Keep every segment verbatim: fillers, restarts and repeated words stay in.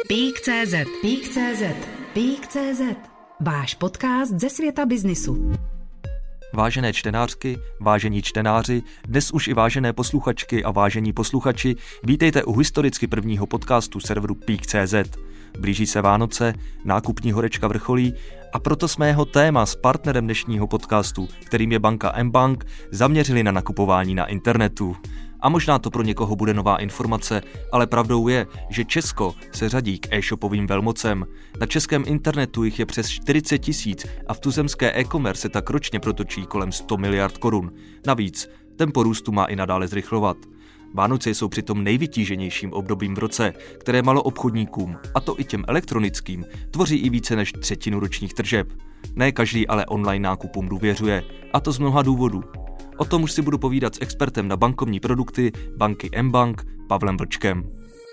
Peak.cz Peak.cz Peak.cz Váš podcast ze světa biznisu. Vážené čtenářky, vážení čtenáři, dnes už i vážené posluchačky a vážení posluchači, vítejte u historicky prvního podcastu serveru Peak.cz. Blíží se Vánoce, nákupní horečka vrcholí a proto jsme jeho téma s partnerem dnešního podcastu, kterým je banka mBank, zaměřili na nakupování na internetu. A možná to pro někoho bude nová informace, ale pravdou je, že Česko se řadí k e-shopovým velmocem. Na českém internetu jich je přes čtyřicet tisíc a v tuzemské e-commerce se tak ročně protočí kolem sto miliard korun. Navíc, tempo růstu má i nadále zrychlovat. Vánoce jsou přitom nejvytíženějším obdobím v roce, které maloobchodníkům, a to i těm elektronickým, tvoří i více než třetinu ročních tržeb. Ne každý ale online nákupům důvěřuje, a to z mnoha důvodů. O tom už si budu povídat s expertem na bankovní produkty banky mBank Pavlem Vlčkem.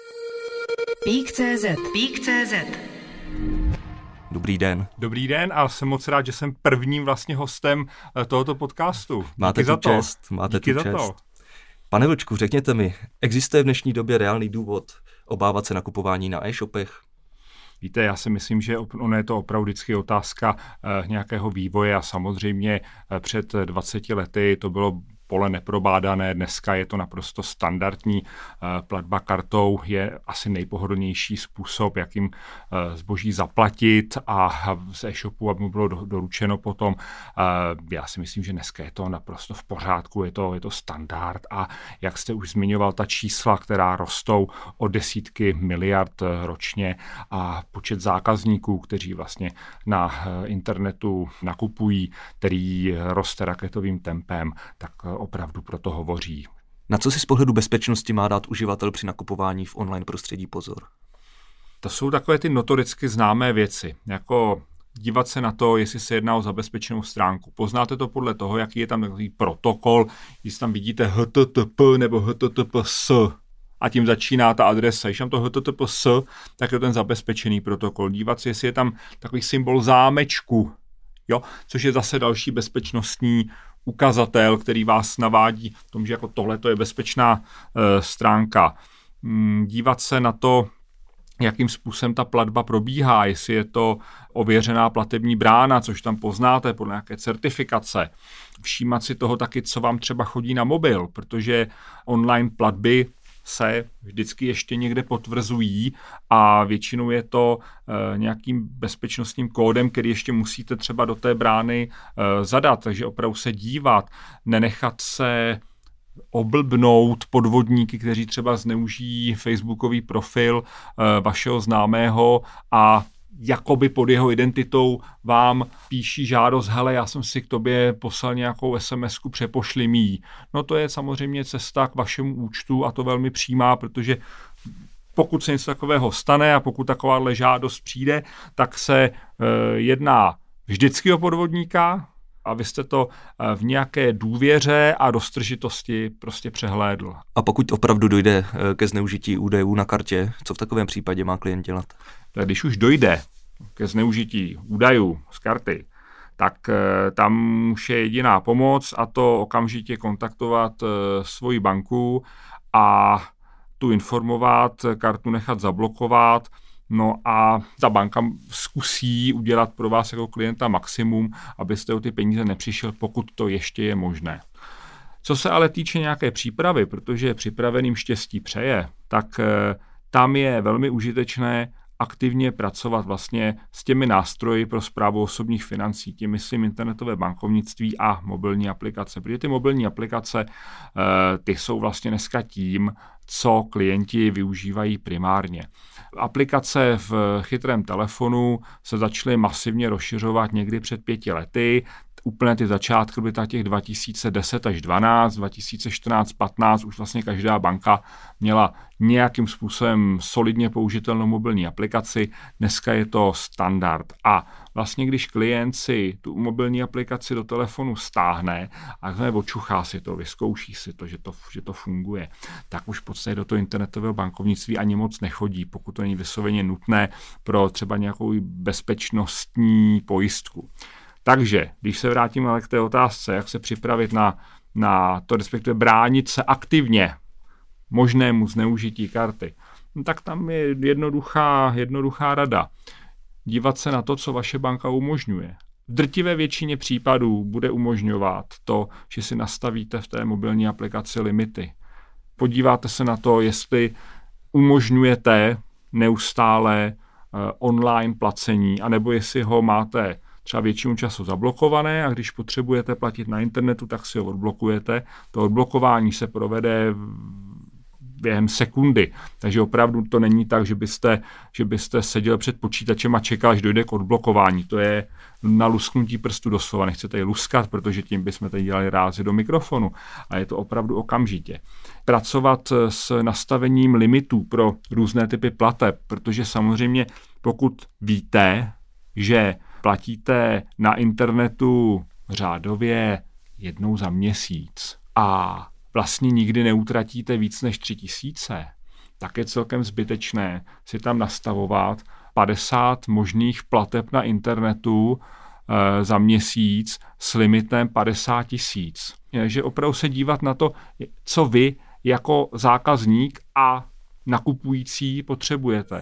Peak.cz Peak.cz Dobrý den. Dobrý den a jsem moc rád, že jsem prvním vlastně hostem tohoto podcastu. Máte Díky tu čest. Máte Díky tu za čest. to. Pane Vlčku, řekněte mi, existuje v dnešní době reálný důvod obávat se nakupování na e-shopech? Víte, já si myslím, že ono je to opravdu vždycky otázka eh, nějakého vývoje a samozřejmě eh, před dvaceti lety to bylo pole neprobádané, dneska je to naprosto standardní. Platba kartou je asi nejpohodlnější způsob, jakým zboží zaplatit a z e-shopu, aby mu bylo doručeno potom. Já si myslím, že dneska je to naprosto v pořádku, je to, je to standard a jak jste už zmiňoval, ta čísla, která rostou o desítky miliard ročně a počet zákazníků, kteří vlastně na internetu nakupují, který roste raketovým tempem, tak opravdu proto hovoří. Na co si z pohledu bezpečnosti má dát uživatel při nakupování v online prostředí pozor? To jsou takové ty notoricky známé věci, jako dívat se na to, jestli se jedná o zabezpečenou stránku. Poznáte to podle toho, jaký je tam takový protokol, když tam vidíte H T T P nebo H T T P S a tím začíná ta adresa. Když tam to H T T P S, tak je ten zabezpečený protokol. Dívat se, jestli je tam takový symbol zámečku, jo? Což je zase další bezpečnostní ukazatel, který vás navádí v tom, že jako tohle to je bezpečná e, stránka. Mm, dívat se na to, jakým způsobem ta platba probíhá, jestli je to ověřená platební brána, což tam poznáte podle nějaké certifikace. Všímat si toho taky, co vám třeba chodí na mobil, protože online platby se vždycky ještě někde potvrzují a většinou je to e, nějakým bezpečnostním kódem, který ještě musíte třeba do té brány e, zadat, takže opravdu se dívat, nenechat se oblbnout podvodníky, kteří třeba zneužijí facebookový profil e, vašeho známého a jakoby pod jeho identitou vám píší žádost, hele, já jsem si k tobě poslal nějakou SMSku, přepošli mi ji. No to je samozřejmě cesta k vašemu účtu a to velmi přímá, protože pokud se něco takového stane a pokud takováhle žádost přijde, tak se e, jedná vždycky o podvodníka a vy jste to v nějaké důvěře a roztržitosti prostě přehlédl. A pokud opravdu dojde ke zneužití údajů na kartě, co v takovém případě má klient dělat? Když už dojde ke zneužití údajů z karty, tak tam už je jediná pomoc a to okamžitě kontaktovat svoji banku a tu informovat, kartu nechat zablokovat. No a ta banka zkusí udělat pro vás jako klienta maximum, abyste o ty peníze nepřišel, pokud to ještě je možné. Co se ale týče nějaké přípravy, protože připraveným štěstí přeje, tak tam je velmi užitečné aktivně pracovat vlastně s těmi nástroji pro správu osobních financí, tím myslím internetové bankovnictví a mobilní aplikace. Protože ty mobilní aplikace, ty jsou vlastně dneska tím, co klienti využívají primárně. Aplikace v chytrém telefonu se začaly masivně rozšiřovat někdy před pěti lety. Úplně ty začátky byly těch dva tisíce deset až dvanáct, dva tisíce čtrnáct patnáct už vlastně každá banka měla nějakým způsobem solidně použitelnou mobilní aplikaci. Dneska je to standard a vlastně když klient si tu mobilní aplikaci do telefonu stáhne a očuchá si to, vyzkouší si to, že to, že to funguje, tak už v podstatě do toho internetového bankovnictví ani moc nechodí, pokud to není vysloveně nutné pro třeba nějakou bezpečnostní pojistku. Takže, když se vrátím ale k té otázce, jak se připravit na, na to, respektive bránit se aktivně možnému zneužití karty, no tak tam je jednoduchá, jednoduchá rada. Dívat se na to, co vaše banka umožňuje. V drtivé většině případů bude umožňovat to, že si nastavíte v té mobilní aplikaci limity. Podíváte se na to, jestli umožňujete neustále uh, online placení, anebo jestli ho máte třeba většinu času zablokované a když potřebujete platit na internetu, tak si ho odblokujete. To odblokování se provede během sekundy. Takže opravdu to není tak, že byste, že byste seděl před počítačem a čekal, až dojde k odblokování. To je na lusknutí prstu doslova. Nechcete je luskat, protože tím bychom tady dělali rázy do mikrofonu. A je to opravdu okamžitě. Pracovat s nastavením limitů pro různé typy plateb, protože samozřejmě pokud víte, že platíte na internetu řádově jednou za měsíc a vlastně nikdy neutratíte víc než tři tisíce, tak je celkem zbytečné si tam nastavovat padesát možných plateb na internetu e, za měsíc s limitem padesát tisíc. Takže opravdu se dívat na to, co vy jako zákazník a nakupující potřebujete.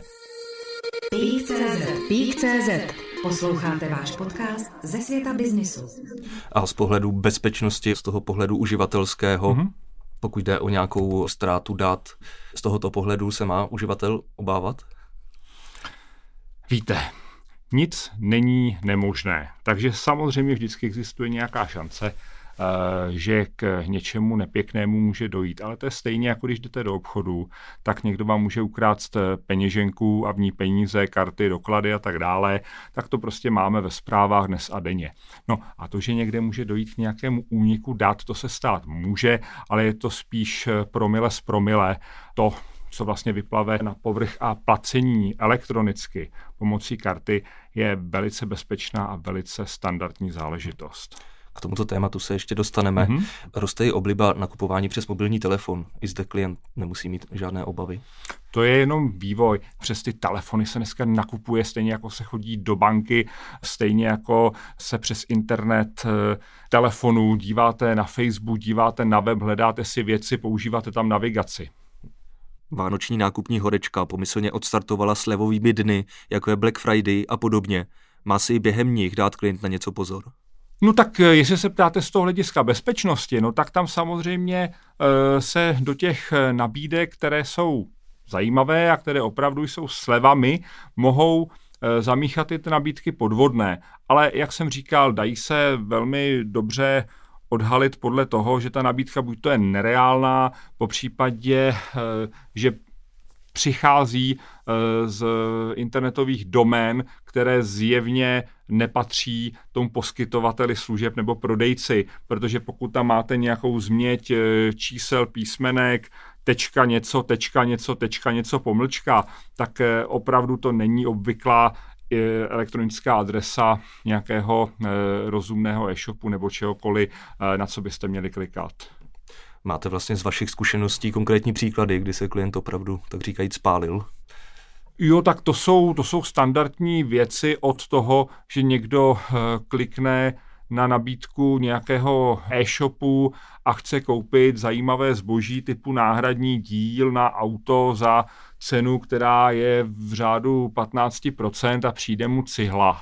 Peak tečka cé zet. Posloucháte váš podcast ze světa biznisu. A z pohledu bezpečnosti, z toho pohledu uživatelského, mm-hmm. pokud jde o nějakou ztrátu dat, z tohoto pohledu se má uživatel obávat? Víte, nic není nemožné, takže samozřejmě vždycky existuje nějaká šance, že k něčemu nepěknému může dojít. Ale to je stejně, jako když jdete do obchodu, tak někdo vám může ukrást peněženku a v ní peníze, karty, doklady a tak dále. Tak to prostě máme ve zprávách dnes a denně. No a to, že někde může dojít k nějakému úniku dat, to se stát může, ale je to spíš promile z promile. To, co vlastně vyplave na povrch a placení elektronicky pomocí karty, je velice bezpečná a velice standardní záležitost. K tomuto tématu se ještě dostaneme. Mm-hmm. Roste i obliba nakupování přes mobilní telefon. I zde klient nemusí mít žádné obavy. To je jenom vývoj. Přes ty telefony se dneska nakupuje stejně jako se chodí do banky, stejně jako se přes internet telefonu díváte na Facebook, díváte na web, hledáte si věci, používáte tam navigaci. Vánoční nákupní horečka pomyslně odstartovala slevovými dny, jako je Black Friday a podobně. Má si i během nich dát klient na něco pozor? No tak jestli se ptáte z toho hlediska bezpečnosti, no tak tam samozřejmě e, se do těch nabídek, které jsou zajímavé a které opravdu jsou slevami, mohou e, zamíchat i ty nabídky podvodné. Ale jak jsem říkal, dají se velmi dobře odhalit podle toho, že ta nabídka buď to je nereálná, popřípadě, e, že přichází z internetových domén, které zjevně nepatří tomu poskytovateli služeb nebo prodejci, protože pokud tam máte nějakou změť čísel, písmenek, tečka něco, tečka něco, tečka něco, pomlčka, tak opravdu to není obvyklá elektronická adresa nějakého rozumného e-shopu nebo čehokoliv, na co byste měli klikat. Máte vlastně z vašich zkušeností konkrétní příklady, kdy se klient opravdu, tak říkajíc, spálil? Jo, tak to jsou, to jsou standardní věci od toho, že někdo uh, klikne na nabídku nějakého e-shopu a chce koupit zajímavé zboží typu náhradní díl na auto za cenu, která je v řádu patnáct procent a přijde mu cihla.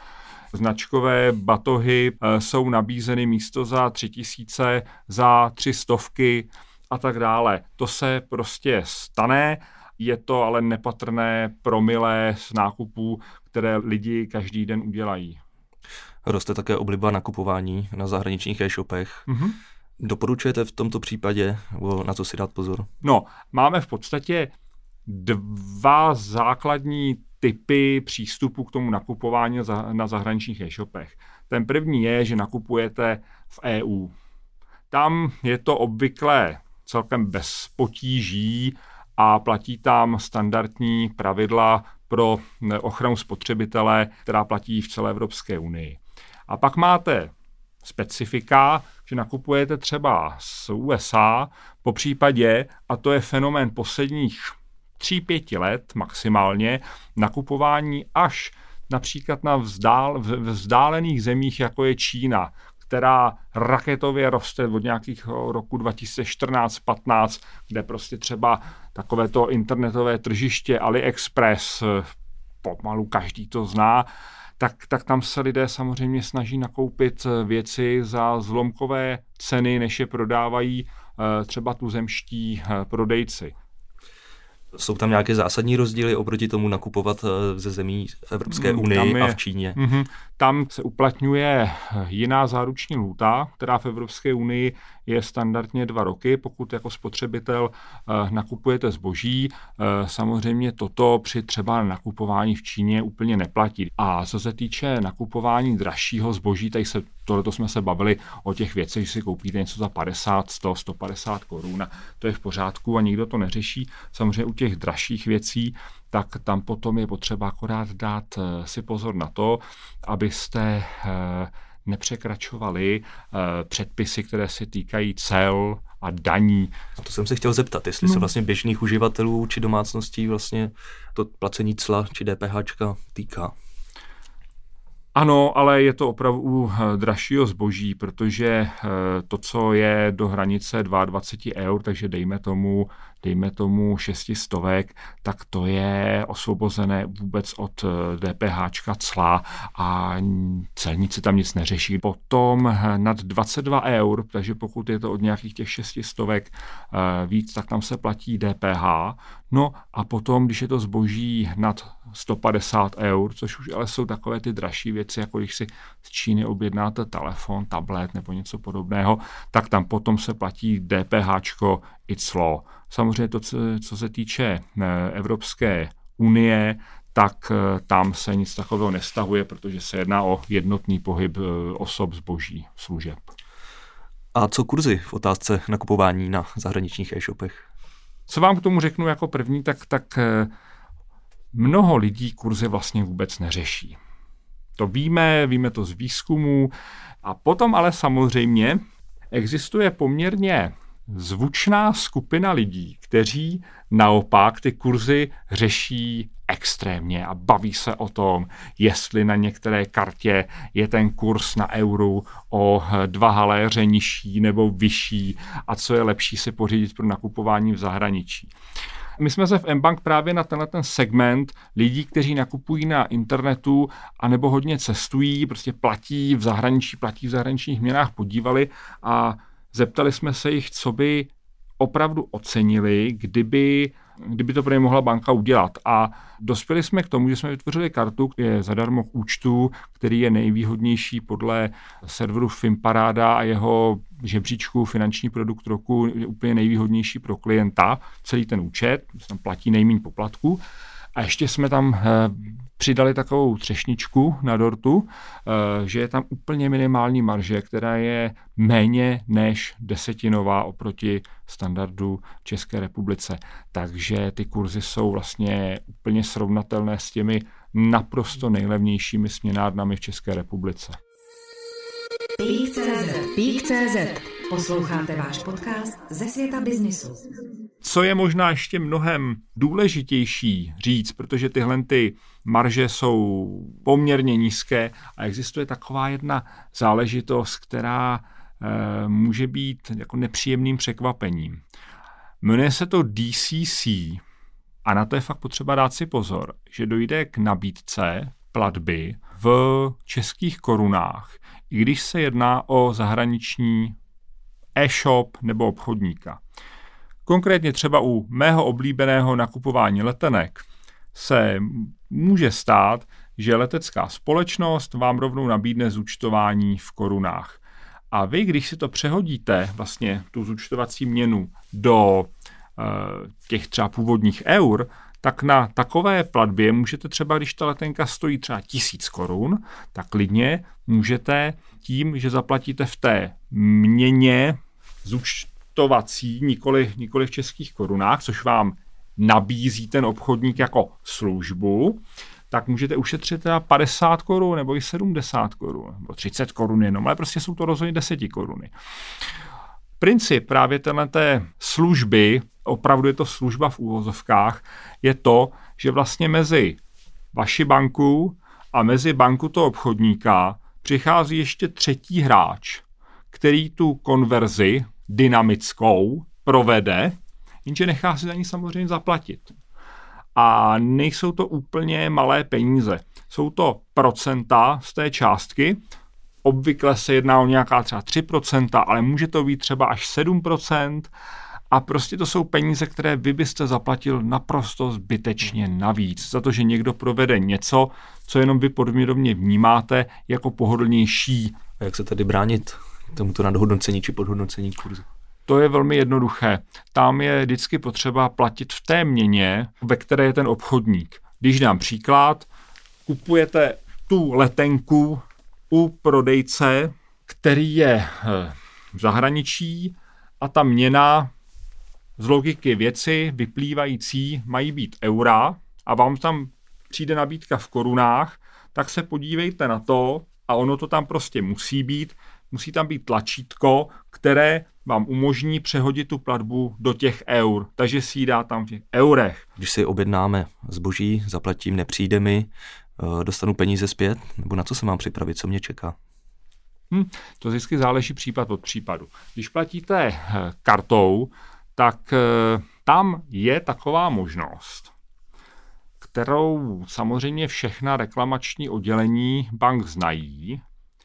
Značkové batohy jsou nabízeny místo za tři tisíce, za tři stovky a tak dále. To se prostě stane, je to ale nepatrné promile z nákupů, které lidi každý den udělají. Roste také obliba nakupování na zahraničních e-shopech. Mm-hmm. Doporučujete v tomto případě, na co si dát pozor? No, máme v podstatě dva základní typy přístupu k tomu nakupování na zahraničních e-shopech. Ten první je, že nakupujete v E U. Tam je to obvykle celkem bez potíží a platí tam standardní pravidla pro ochranu spotřebitele, která platí v celé Evropské unii. A pak máte specifika, že nakupujete třeba z U S A, po případě, a to je fenomén posledních tři, pěti let maximálně, nakupování až například na vzdál, v vzdálených zemích, jako je Čína, která raketově roste od nějakých roku dva tisíce čtrnáct patnáct, kde prostě třeba takovéto internetové tržiště AliExpress, pomalu každý to zná, tak, tak tam se lidé samozřejmě snaží nakoupit věci za zlomkové ceny, než je prodávají třeba tuzemští prodejci. Jsou tam nějaké zásadní rozdíly oproti tomu nakupovat ze zemí v Evropské unii je, a v Číně? Mm, tam se uplatňuje jiná záruční lhůta, která v Evropské unii je standardně dva roky, pokud jako spotřebitel eh, nakupujete zboží. Eh, samozřejmě toto při třeba nakupování v Číně úplně neplatí. A co se týče nakupování dražšího zboží, tady se, tohleto jsme se bavili o těch věcech, že si koupíte něco za padesát, sto, sto padesát korun, to je v pořádku a nikdo to neřeší. Samozřejmě u těch dražších věcí, tak tam potom je potřeba akorát dát eh, si pozor na to, abyste eh, nepřekračovali uh, předpisy, které se týkají cel a daní. A to jsem se chtěl zeptat, jestli no. se vlastně běžných uživatelů či domácností vlastně to placení cla či DPHčka týká. Ano, ale je to opravdu dražšího zboží, protože to, co je do hranice dvacet dva eur, takže dejme tomu, dejme tomu šest stovek, tak to je osvobozené vůbec od DPHčka, cla a celníci tam nic neřeší. Potom nad dvacet dva eur, takže pokud je to od nějakých těch šest stovek víc, tak tam se platí D P H. No a potom, když je to zboží nad sto padesát eur, což už ale jsou takové ty dražší věci, jako když si z Číny objednáte telefon, tablet nebo něco podobného, tak tam potom se platí DPHčko i clo. Samozřejmě to, co se týče Evropské unie, tak tam se nic takového nestahuje, protože se jedná o jednotný pohyb osob, zboží, služeb. A co kurzy v otázce nakupování na zahraničních e-shopech? Co vám k tomu řeknu jako první, tak, tak mnoho lidí kurzy vlastně vůbec neřeší. To víme, víme to z výzkumu a potom ale samozřejmě existuje poměrně zvučná skupina lidí, kteří naopak ty kurzy řeší extrémně a baví se o tom, jestli na některé kartě je ten kurz na euru o dva haléře nižší nebo vyšší a co je lepší si pořídit pro nakupování v zahraničí. My jsme se v mBank právě na tenhle ten segment lidí, kteří nakupují na internetu anebo hodně cestují, prostě platí v zahraničí, platí v zahraničních měnách, podívali a zeptali jsme se jich, co by opravdu ocenili, kdyby, kdyby to pro ně mohla banka udělat. A dospěli jsme k tomu, že jsme vytvořili kartu, která je zadarmo k účtu, který je nejvýhodnější podle serveru Finparáda a jeho žebříčku finanční produkt roku je úplně nejvýhodnější pro klienta. Celý ten účet, tam platí nejméně poplatků. A ještě jsme tam eh, přidali takovou třešničku na dortu, eh, že je tam úplně minimální marže, která je méně než desetinová oproti standardu České republice. Takže ty kurzy jsou vlastně úplně srovnatelné s těmi naprosto nejlevnějšími směnárnami v České republice. Peak tečka cé zet. Posloucháte váš podcast ze světa biznisu. Co je možná ještě mnohem důležitější říct, protože tyhle ty marže jsou poměrně nízké a existuje taková jedna záležitost, která e, může být jako nepříjemným překvapením. Jmenuje se to D C C a na to je fakt potřeba dát si pozor, že dojde k nabídce platby v českých korunách, i když se jedná o zahraniční e-shop nebo obchodníka. Konkrétně třeba u mého oblíbeného nakupování letenek se může stát, že letecká společnost vám rovnou nabídne zúčtování v korunách. A vy, když si to přehodíte, vlastně tu zúčtovací měnu do e, těch třeba původních eur, tak na takové platbě můžete třeba, když ta letenka stojí třeba tisíc korun, tak klidně můžete tím, že zaplatíte v té měně zúčtovací, nikoli, nikoli v českých korunách, což vám nabízí ten obchodník jako službu, tak můžete ušetřit teda padesát korun nebo i sedmdesát korun, nebo třicet korun jenom, ale prostě jsou to rozhodně deset koruny. Princip právě téhleté služby, opravdu je to služba v úvozovkách, je to, že vlastně mezi vaši banku a mezi banku toho obchodníka přichází ještě třetí hráč, který tu konverzi dynamickou provede, jenže nechá si za ní samozřejmě zaplatit. A nejsou to úplně malé peníze. Jsou to procenta z té částky, obvykle se jedná o nějaká třeba tři procenta, ale může to být třeba až sedm procent a prostě to jsou peníze, které vy byste zaplatil naprosto zbytečně navíc, za to, že někdo provede něco, co jenom vy podvědomě vnímáte jako pohodlnější. A jak se tedy bránit tomuto nadhodnocení či podhodnocení kurzu? To je velmi jednoduché. Tam je vždycky potřeba platit v té měně, ve které je ten obchodník. Když dám příklad, kupujete tu letenku u prodejce, který je v zahraničí a ta měna z logiky věci vyplývající mají být eura a vám tam přijde nabídka v korunách, tak se podívejte na to a ono to tam prostě musí být. Musí tam být tlačítko, které vám umožní přehodit tu platbu do těch eur. Takže si ji dá tam v těch eurech. Když si objednáme zboží, zaplatím, nepřijde mi, dostanu peníze zpět, nebo na co se mám připravit, co mě čeká? Hm, to vždycky záleží případ od případu. Když platíte kartou, tak tam je taková možnost, kterou samozřejmě všechna reklamační oddělení bank znají,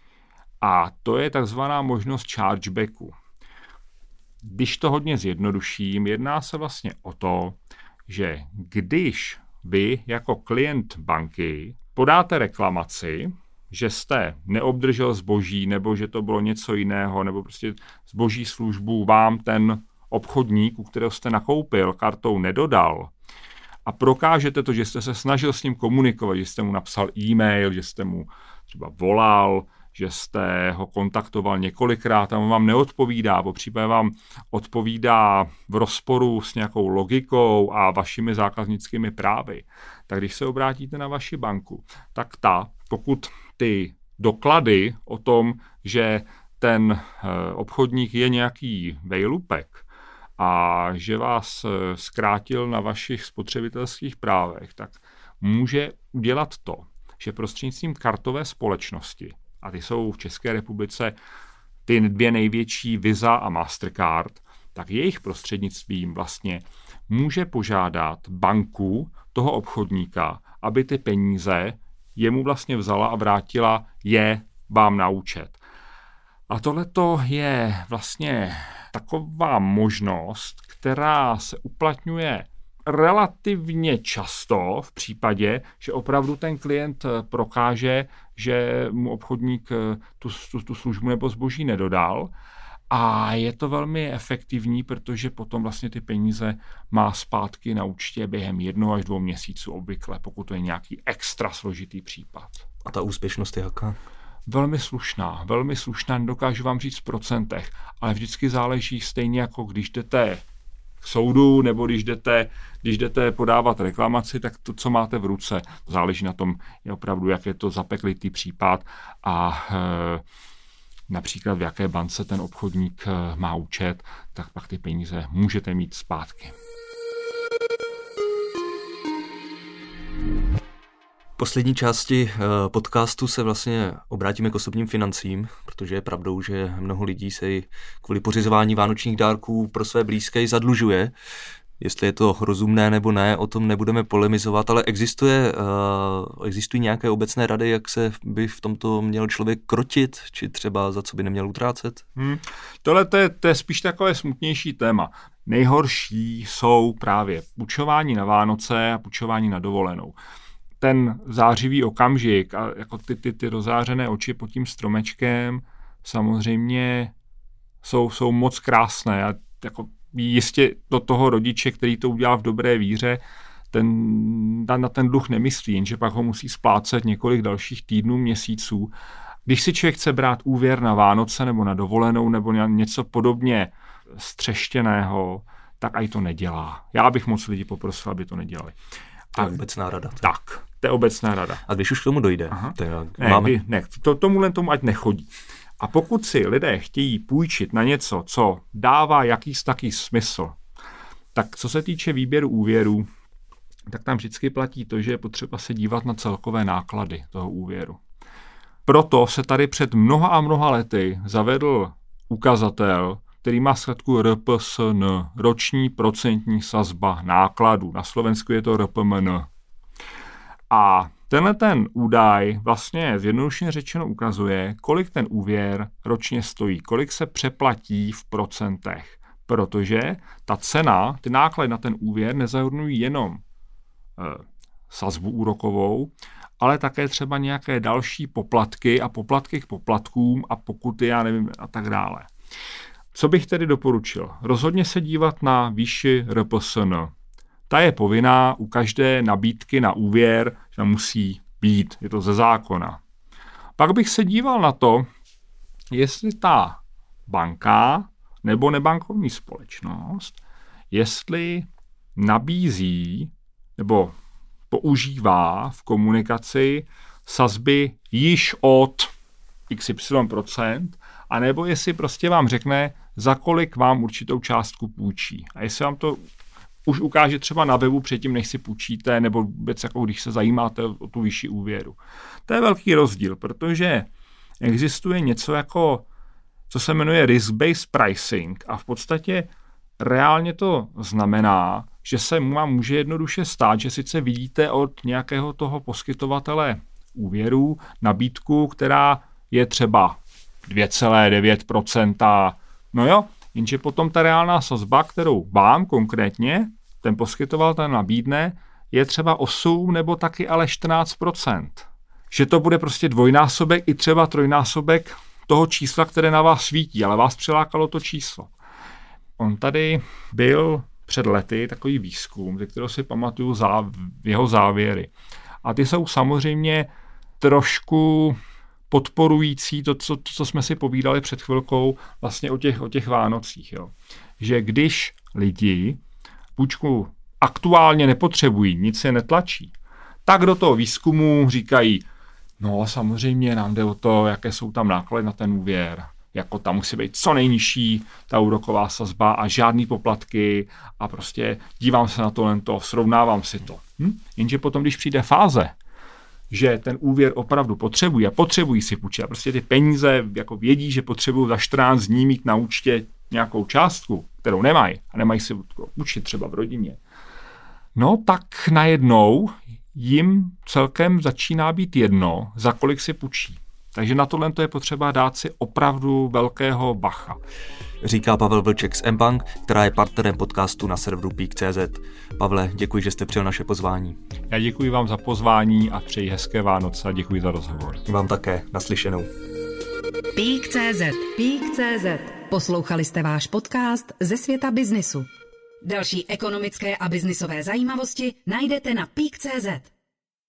a to je takzvaná možnost chargebacku. Když to hodně zjednoduším, jedná se vlastně o to, že když vy jako klient banky podáte reklamaci, že jste neobdržel zboží, nebo že to bylo něco jiného, nebo prostě zboží službu vám ten obchodník, u kterého jste nakoupil, kartou nedodal, a prokážete to, že jste se snažil s ním komunikovat, že jste mu napsal e-mail, že jste mu třeba volal, že jste ho kontaktoval několikrát a on vám neodpovídá, popřípadě vám odpovídá v rozporu s nějakou logikou a vašimi zákaznickými právy, tak když se obrátíte na vaši banku, tak ta, pokud ty doklady o tom, že ten obchodník je nějaký vejlupek a že vás zkrátil na vašich spotřebitelských právech, tak může udělat to, že prostřednictvím kartové společnosti, a ty jsou v České republice ty dvě největší Visa a Mastercard, tak jejich prostřednictvím vlastně může požádat banku toho obchodníka, aby ty peníze jemu vlastně vzala a vrátila je vám na účet. A tohleto je vlastně taková možnost, která se uplatňuje relativně často v případě, že opravdu ten klient prokáže, že mu obchodník tu, tu, tu službu nebo zboží nedodal. A je to velmi efektivní, protože potom vlastně ty peníze má zpátky na účtě během jednoho až dvou měsíců obvykle, pokud to je nějaký extra složitý případ. A ta úspěšnost je jaká? Velmi slušná, velmi slušná, nedokážu vám říct v procentech, ale vždycky záleží stejně jako když jdete k soudu nebo když jdete, když jdete podávat reklamaci, tak to, co máte v ruce, záleží na tom, je opravdu, jak je to zapeklitý případ a e, například v jaké bance ten obchodník má účet, tak pak ty peníze můžete mít zpátky. V poslední části podcastu se vlastně obrátíme k osobním financím, protože je pravdou, že mnoho lidí se kvůli pořizování vánočních dárků pro své blízké zadlužuje. Jestli je to rozumné nebo ne, o tom nebudeme polemizovat, ale existuje, uh, existují nějaké obecné rady, jak se by v tomto měl člověk krotit, či třeba za co by neměl utrácet? Hmm. Tohle to je, to je spíš takové smutnější téma. Nejhorší jsou právě půjčování na Vánoce a půjčování na dovolenou. Ten zářivý okamžik a jako ty, ty, ty rozářené oči pod tím stromečkem samozřejmě jsou, jsou moc krásné a jako jistě do toho rodiče, který to udělal v dobré víře, ten, na ten dluh nemyslí, jenže pak ho musí splácet několik dalších týdnů, měsíců. Když si člověk chce brát úvěr na Vánoce nebo na dovolenou nebo něco podobně střeštěného, tak aj to nedělá. Já bych moc lidi poprosil, aby to nedělali. To je obecná rada. Tak, to je obecná rada. A když už k tomu dojde? Tak ne, máme... ne, to, tomuhle tomu ať nechodí. A pokud si lidé chtějí půjčit na něco, co dává jakýsi taký smysl, tak co se týče výběru úvěru, tak tam vždycky platí to, že je potřeba se dívat na celkové náklady toho úvěru. Proto se tady před mnoha a mnoha lety zavedl ukazatel, který má zkratku R P S N, roční procentní sazba nákladů. Na Slovensku je to R P M N. A tenhle ten údaj vlastně zjednodušeně řečeno ukazuje, kolik ten úvěr ročně stojí, kolik se přeplatí v procentech. Protože ta cena, ty náklady na ten úvěr nezahrnují jenom e, sazbu úrokovou, ale také třeba nějaké další poplatky a poplatky k poplatkům a pokuty, já nevím, a tak dále. Co bych tedy doporučil? Rozhodně se dívat na výši R P S N. Ta je povinná u každé nabídky na úvěr, že musí být, je to ze zákona. Pak bych se díval na to, jestli ta banka nebo nebankovní společnost, jestli nabízí nebo používá v komunikaci sazby již od X Y procent, anebo jestli prostě vám řekne, za kolik vám určitou částku půjčí. A jestli vám to už ukáže třeba na webu předtím, než si půjčíte, nebo vůbec jako když se zajímáte o tu vyšší úvěru. To je velký rozdíl, protože existuje něco jako, co se jmenuje risk-based pricing a v podstatě reálně to znamená, že se vám může jednoduše stát, že sice vidíte od nějakého toho poskytovatele úvěru nabídku, která je třeba dvě celá devět procenta, no jo, jenže potom ta reálná sazba, kterou vám konkrétně ten poskytovatel nabídne, je třeba osm nebo taky ale čtrnáct procent. Že to bude prostě dvojnásobek i třeba trojnásobek toho čísla, které na vás svítí, ale vás přilákalo to číslo. On tady byl před lety takový výzkum, ze kterého si pamatuju záv- jeho závěry. A ty jsou samozřejmě trošku podporující to, co, to, co jsme si povídali před chvilkou vlastně o těch, o těch Vánocích. Jo. Že když lidi půjčku aktuálně nepotřebují, nic je netlačí, tak do toho výzkumu říkají, no samozřejmě nám jde o to, jaké jsou tam náklady na ten úvěr, jako tam musí být co nejnižší ta úroková sazba a žádný poplatky a prostě dívám se na to len to, srovnávám si to. Hm? Jenže potom, když přijde fáze, že ten úvěr opravdu potřebují a potřebují si půjčit a prostě ty peníze jako vědí, že potřebují za čtrnáct dní mít na účtě nějakou částku, kterou nemají a nemají si půjčit třeba v rodině, no tak najednou jim celkem začíná být jedno, za kolik si půjčí. Takže na tohle je potřeba dát si opravdu velkého bacha. Říká Pavel Vlček z mBank, která je partnerem podcastu na serveru Peak tečka cé zet. Pavle, děkuji, že jste přijal naše pozvání. Já děkuji vám za pozvání a přeji hezké Vánoce a děkuji za rozhovor. Vám také, naslyšenou. Peak tečka cé zet. Peak tečka cé zet. Poslouchali jste váš podcast ze světa biznisu. Další ekonomické a biznisové zajímavosti najdete na Peak tečka cé zet.